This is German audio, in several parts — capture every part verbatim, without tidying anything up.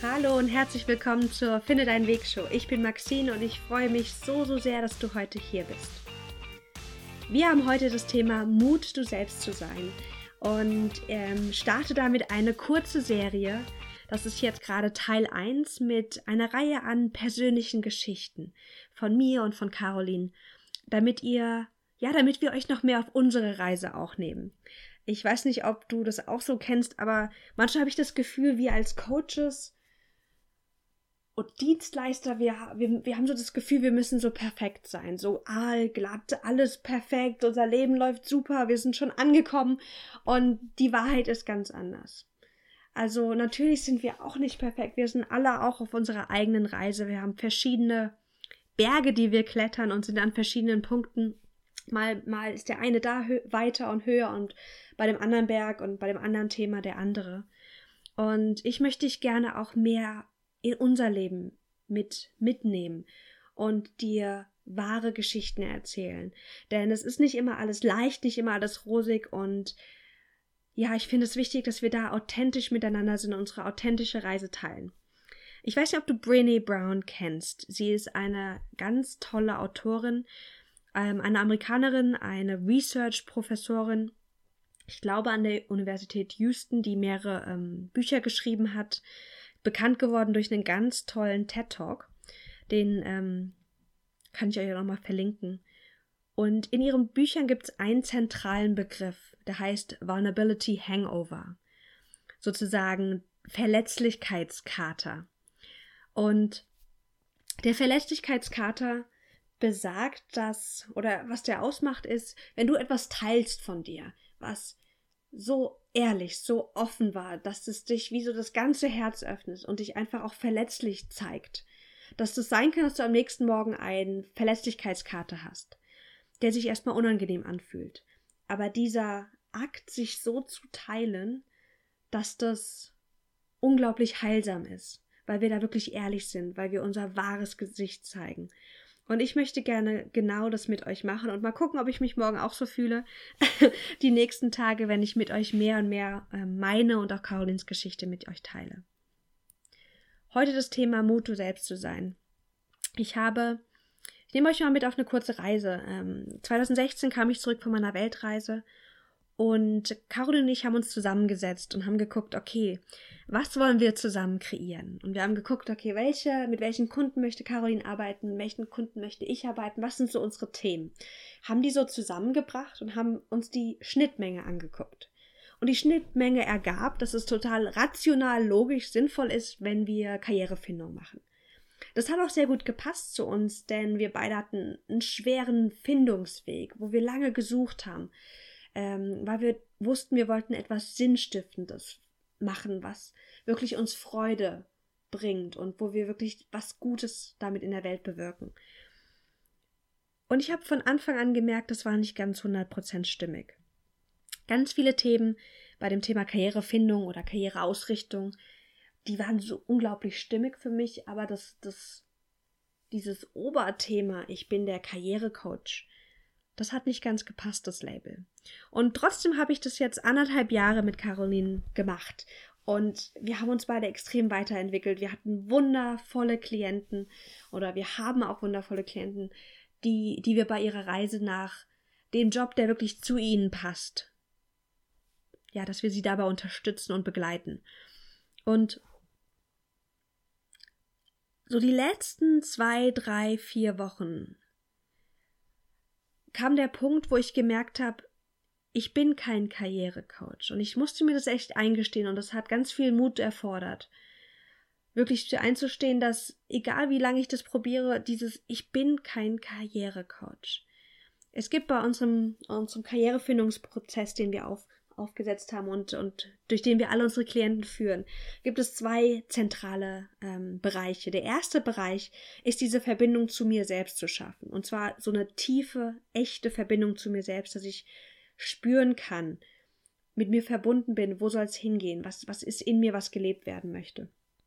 Hallo und herzlich willkommen zur Finde deinen Weg Show. Ich bin Maxine und ich freue mich so, so sehr, dass du heute hier bist. Wir haben heute das Thema Mut, du selbst zu sein und ähm, starte damit eine kurze Serie. Das ist jetzt gerade Teil eins mit einer Reihe an persönlichen Geschichten von mir und von Caroline, damit ihr, ja, damit wir euch noch mehr auf unsere Reise auch nehmen. Ich weiß nicht, ob du das auch so kennst, aber manchmal habe ich das Gefühl, wir als Coaches und Dienstleister, wir, wir, wir haben so das Gefühl, wir müssen so perfekt sein, so aalglatt, alles perfekt, unser Leben läuft super, wir sind schon angekommen und die Wahrheit ist ganz anders. Also natürlich sind wir auch nicht perfekt, wir sind alle auch auf unserer eigenen Reise, wir haben verschiedene Berge, die wir klettern und sind an verschiedenen Punkten. Mal, mal ist der eine da hö- weiter und höher und bei dem anderen Berg und bei dem anderen Thema der andere. Und ich möchte dich gerne auch mehr in unser Leben mit mitnehmen und dir wahre Geschichten erzählen. Denn es ist nicht immer alles leicht, nicht immer alles rosig und ja, ich finde es wichtig, dass wir da authentisch miteinander sind und unsere authentische Reise teilen. Ich weiß nicht, ob du Brené Brown kennst. Sie ist eine ganz tolle Autorin, ähm, eine Amerikanerin, eine Research-Professorin, ich glaube an der Universität Houston, die mehrere ähm, Bücher geschrieben hat, bekannt geworden durch einen ganz tollen TED-Talk. Den ähm, kann ich euch auch nochmal verlinken. Und in ihren Büchern gibt es einen zentralen Begriff, der heißt Vulnerability Hangover. Sozusagen Verletzlichkeitskater. Und der Verletzlichkeitskater besagt, dass, oder was der ausmacht, ist, wenn du etwas teilst von dir, was so ehrlich, so offen war, dass es dich wie so das ganze Herz öffnet und dich einfach auch verletzlich zeigt. Dass es sein kann, dass du am nächsten Morgen einen Verletzlichkeitskater hast, der sich erstmal unangenehm anfühlt. Aber dieser Akt, sich so zu teilen, dass das unglaublich heilsam ist, weil wir da wirklich ehrlich sind, weil wir unser wahres Gesicht zeigen. Und ich möchte gerne genau das mit euch machen und mal gucken, ob ich mich morgen auch so fühle, die nächsten Tage, wenn ich mit euch mehr und mehr meine und auch Carolins Geschichte mit euch teile. Heute das Thema Mut, du selbst zu sein. Ich habe, ich nehme euch mal mit auf eine kurze Reise. Ähm, zwanzig sechzehn kam ich zurück von meiner Weltreise und Caroline und ich haben uns zusammengesetzt und haben geguckt, okay, was wollen wir zusammen kreieren? Und wir haben geguckt, okay, welche, mit welchen Kunden möchte Caroline arbeiten, mit welchen Kunden möchte ich arbeiten, was sind so unsere Themen? Haben die so zusammengebracht und haben uns die Schnittmenge angeguckt. Und die Schnittmenge ergab, dass es total rational, logisch, sinnvoll ist, wenn wir Karrierefindung machen. Das hat auch sehr gut gepasst zu uns, denn wir beide hatten einen schweren Findungsweg, wo wir lange gesucht haben, ähm, weil wir wussten, wir wollten etwas Sinnstiftendes machen, was wirklich uns Freude bringt und wo wir wirklich was Gutes damit in der Welt bewirken. Und ich habe von Anfang an gemerkt, das war nicht ganz hundert Prozent stimmig. Ganz viele Themen bei dem Thema Karrierefindung oder Karriereausrichtung, die waren so unglaublich stimmig für mich, aber das, das, dieses Oberthema, ich bin der Karrierecoach, das hat nicht ganz gepasst, das Label. Und trotzdem habe ich das jetzt anderthalb Jahre mit Caroline gemacht. Und wir haben uns beide extrem weiterentwickelt. Wir hatten wundervolle Klienten oder wir haben auch wundervolle Klienten, die, die wir bei ihrer Reise nach dem Job, der wirklich zu ihnen passt, ja, dass wir sie dabei unterstützen und begleiten. Und so die letzten zwei, drei, vier Wochen kam der Punkt, wo ich gemerkt habe, ich bin kein Karrierecoach. Und ich musste mir das echt eingestehen und das hat ganz viel Mut erfordert. Wirklich einzustehen, dass, egal wie lange ich das probiere, dieses ich bin kein Karrierecoach. Es gibt bei unserem, unserem Karrierefindungsprozess, den wir auf, aufgesetzt haben und, und durch den wir alle unsere Klienten führen, gibt es zwei zentrale ähm, Bereiche. Der erste Bereich ist diese Verbindung zu mir selbst zu schaffen. Und zwar so eine tiefe, echte Verbindung zu mir selbst, dass ich spüren kann, mit mir verbunden bin, wo soll es hingehen, was, was ist in mir, was gelebt werden möchte.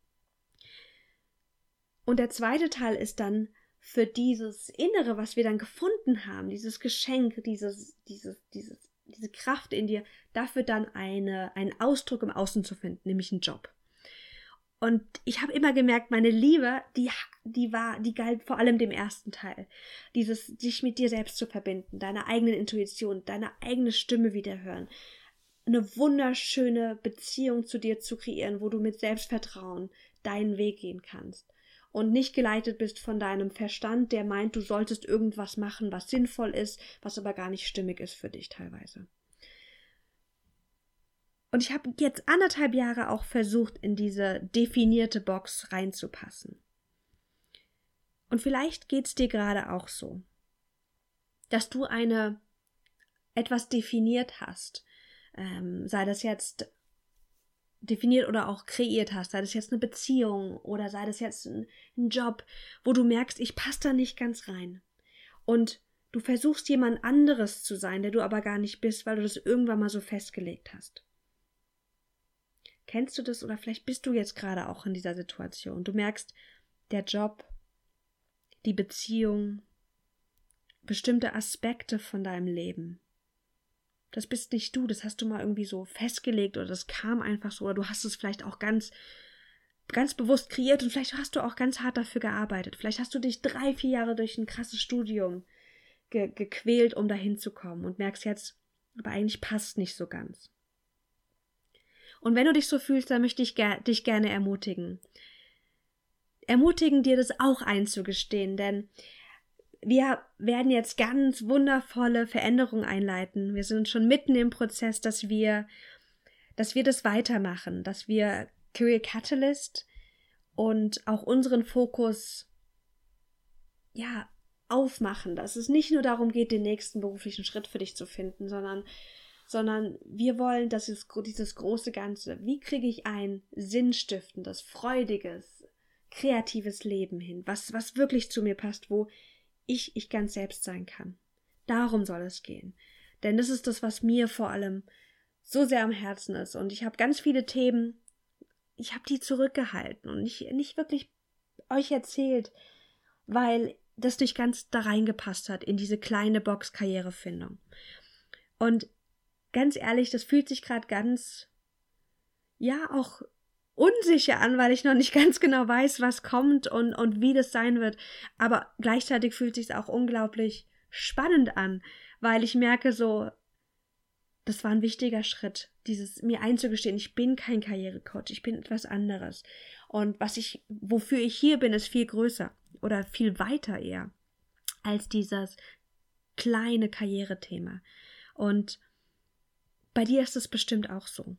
Und der zweite Teil ist dann für dieses Innere, was wir dann gefunden haben, dieses Geschenk, dieses, dieses, dieses, diese Kraft in dir, dafür dann eine, einen Ausdruck im Außen zu finden, nämlich einen Job. Und ich habe immer gemerkt, meine Liebe, die, die war, die galt vor allem dem ersten Teil. Dieses, sich mit dir selbst zu verbinden, deine eigenen Intuition, deine eigene Stimme wieder hören. Eine wunderschöne Beziehung zu dir zu kreieren, wo du mit Selbstvertrauen deinen Weg gehen kannst. Und nicht geleitet bist von deinem Verstand, der meint, du solltest irgendwas machen, was sinnvoll ist, was aber gar nicht stimmig ist für dich teilweise. Und ich habe jetzt anderthalb Jahre auch versucht, in diese definierte Box reinzupassen. Und vielleicht geht es dir gerade auch so, dass du eine etwas definiert hast, ähm, sei das jetzt definiert oder auch kreiert hast, sei das jetzt eine Beziehung oder sei das jetzt ein, ein Job, wo du merkst, ich passe da nicht ganz rein. Und du versuchst jemand anderes zu sein, der du aber gar nicht bist, weil du das irgendwann mal so festgelegt hast. Kennst du das oder vielleicht bist du jetzt gerade auch in dieser Situation? Du merkst, der Job, die Beziehung, bestimmte Aspekte von deinem Leben. Das bist nicht du, das hast du mal irgendwie so festgelegt oder das kam einfach so oder du hast es vielleicht auch ganz, ganz bewusst kreiert und vielleicht hast du auch ganz hart dafür gearbeitet. Vielleicht hast du dich drei, vier Jahre durch ein krasses Studium ge- gequält, um dahin zu kommen und merkst jetzt, aber eigentlich passt nicht so ganz. Und wenn du dich so fühlst, dann möchte ich ger- dich gerne ermutigen. Ermutigen, dir das auch einzugestehen, denn wir werden jetzt ganz wundervolle Veränderungen einleiten. Wir sind schon mitten im Prozess, dass wir, dass wir das weitermachen, dass wir Career Catalyst und auch unseren Fokus ja aufmachen, dass es nicht nur darum geht, den nächsten beruflichen Schritt für dich zu finden, sondern, sondern wir wollen, dass es dieses große Ganze, wie kriege ich ein sinnstiftendes, freudiges, kreatives Leben hin, was, was wirklich zu mir passt, wo ich ich ganz selbst sein kann. Darum soll es gehen. Denn das ist das, was mir vor allem so sehr am Herzen ist. Und ich habe ganz viele Themen, ich habe die zurückgehalten und nicht, nicht wirklich euch erzählt, weil das nicht ganz da reingepasst hat in diese kleine Box Karrierefindung. Und ganz ehrlich, das fühlt sich gerade ganz, ja, auch unsicher an, weil ich noch nicht ganz genau weiß, was kommt und, und wie das sein wird. Aber gleichzeitig fühlt es sich auch unglaublich spannend an, weil ich merke so, das war ein wichtiger Schritt, dieses mir einzugestehen, ich bin kein Karrierecoach, ich bin etwas anderes. Und was ich, wofür ich hier bin, ist viel größer oder viel weiter eher als dieses kleine Karrierethema. Und bei dir ist es bestimmt auch so.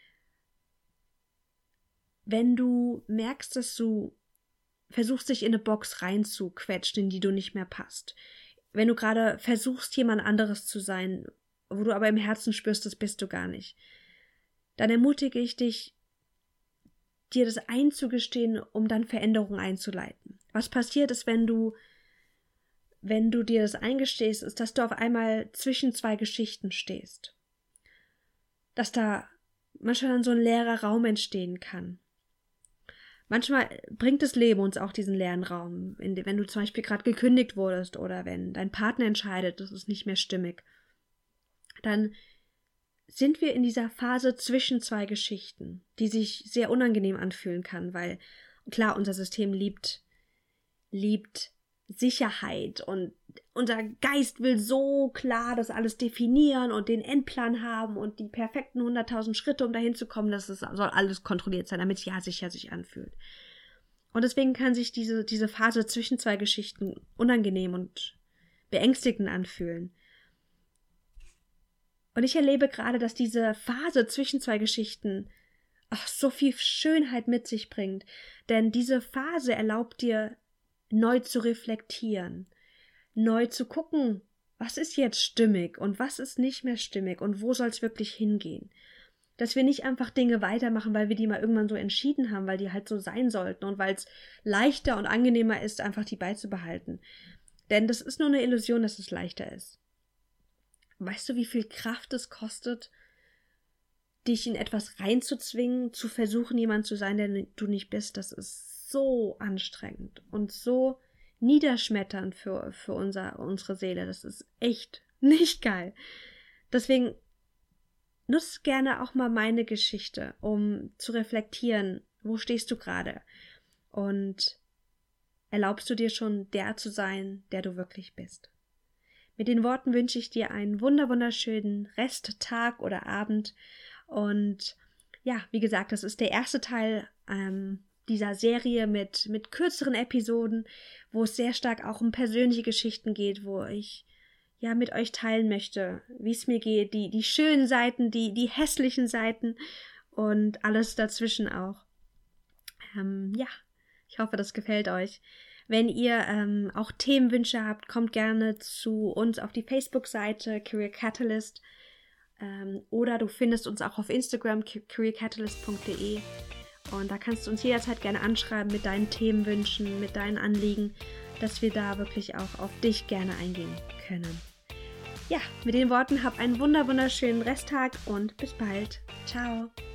Wenn du merkst, dass du versuchst, dich in eine Box reinzuquetschen, in die du nicht mehr passt, wenn du gerade versuchst, jemand anderes zu sein, wo du aber im Herzen spürst, das bist du gar nicht, dann ermutige ich dich, dir das einzugestehen, um dann Veränderungen einzuleiten. Was passiert ist, wenn du, wenn du dir das eingestehst, ist, dass du auf einmal zwischen zwei Geschichten stehst. Dass da manchmal dann so ein leerer Raum entstehen kann. Manchmal bringt das Leben uns auch diesen leeren Raum, wenn du zum Beispiel gerade gekündigt wurdest oder wenn dein Partner entscheidet, das ist nicht mehr stimmig. Dann sind wir in dieser Phase zwischen zwei Geschichten, die sich sehr unangenehm anfühlen kann, weil klar, unser System liebt, liebt Sicherheit und unser Geist will so klar das alles definieren und den Endplan haben und die perfekten hunderttausend Schritte, um dahin zu kommen, dass es soll alles kontrolliert sein, damit es ja sicher sich anfühlt. Und deswegen kann sich diese, diese Phase zwischen zwei Geschichten unangenehm und beängstigend anfühlen. Und ich erlebe gerade, dass diese Phase zwischen zwei Geschichten ach, so viel Schönheit mit sich bringt. Denn diese Phase erlaubt dir, neu zu reflektieren, neu zu gucken, was ist jetzt stimmig und was ist nicht mehr stimmig und wo soll es wirklich hingehen. Dass wir nicht einfach Dinge weitermachen, weil wir die mal irgendwann so entschieden haben, weil die halt so sein sollten und weil es leichter und angenehmer ist, einfach die beizubehalten. Denn das ist nur eine Illusion, dass es leichter ist. Weißt du, wie viel Kraft es kostet, dich in etwas reinzuzwingen, zu versuchen, jemand zu sein, der du nicht bist? Das ist so anstrengend und so niederschmetternd für, für unser, unsere Seele. Das ist echt nicht geil. Deswegen nutz gerne auch mal meine Geschichte, um zu reflektieren, Wo stehst du gerade? Und erlaubst du dir schon, der zu sein, der du wirklich bist? Mit den Worten wünsche ich dir einen wunder wunderschönen Resttag oder Abend. Und ja, wie gesagt, das ist der erste Teil ähm, dieser Serie mit, mit kürzeren Episoden, wo es sehr stark auch um persönliche Geschichten geht, wo ich ja mit euch teilen möchte, wie es mir geht, die, die schönen Seiten, die, die hässlichen Seiten und alles dazwischen auch. Ähm, ja, ich hoffe, das gefällt euch. Wenn ihr ähm, auch Themenwünsche habt, kommt gerne zu uns auf die Facebook-Seite Career Catalyst ähm, oder du findest uns auch auf Instagram career catalyst punkt de und da kannst du uns jederzeit gerne anschreiben mit deinen Themenwünschen, mit deinen Anliegen, dass wir da wirklich auch auf dich gerne eingehen können. Ja, mit den Worten, hab einen wunder wunderschönen Resttag und bis bald. Ciao.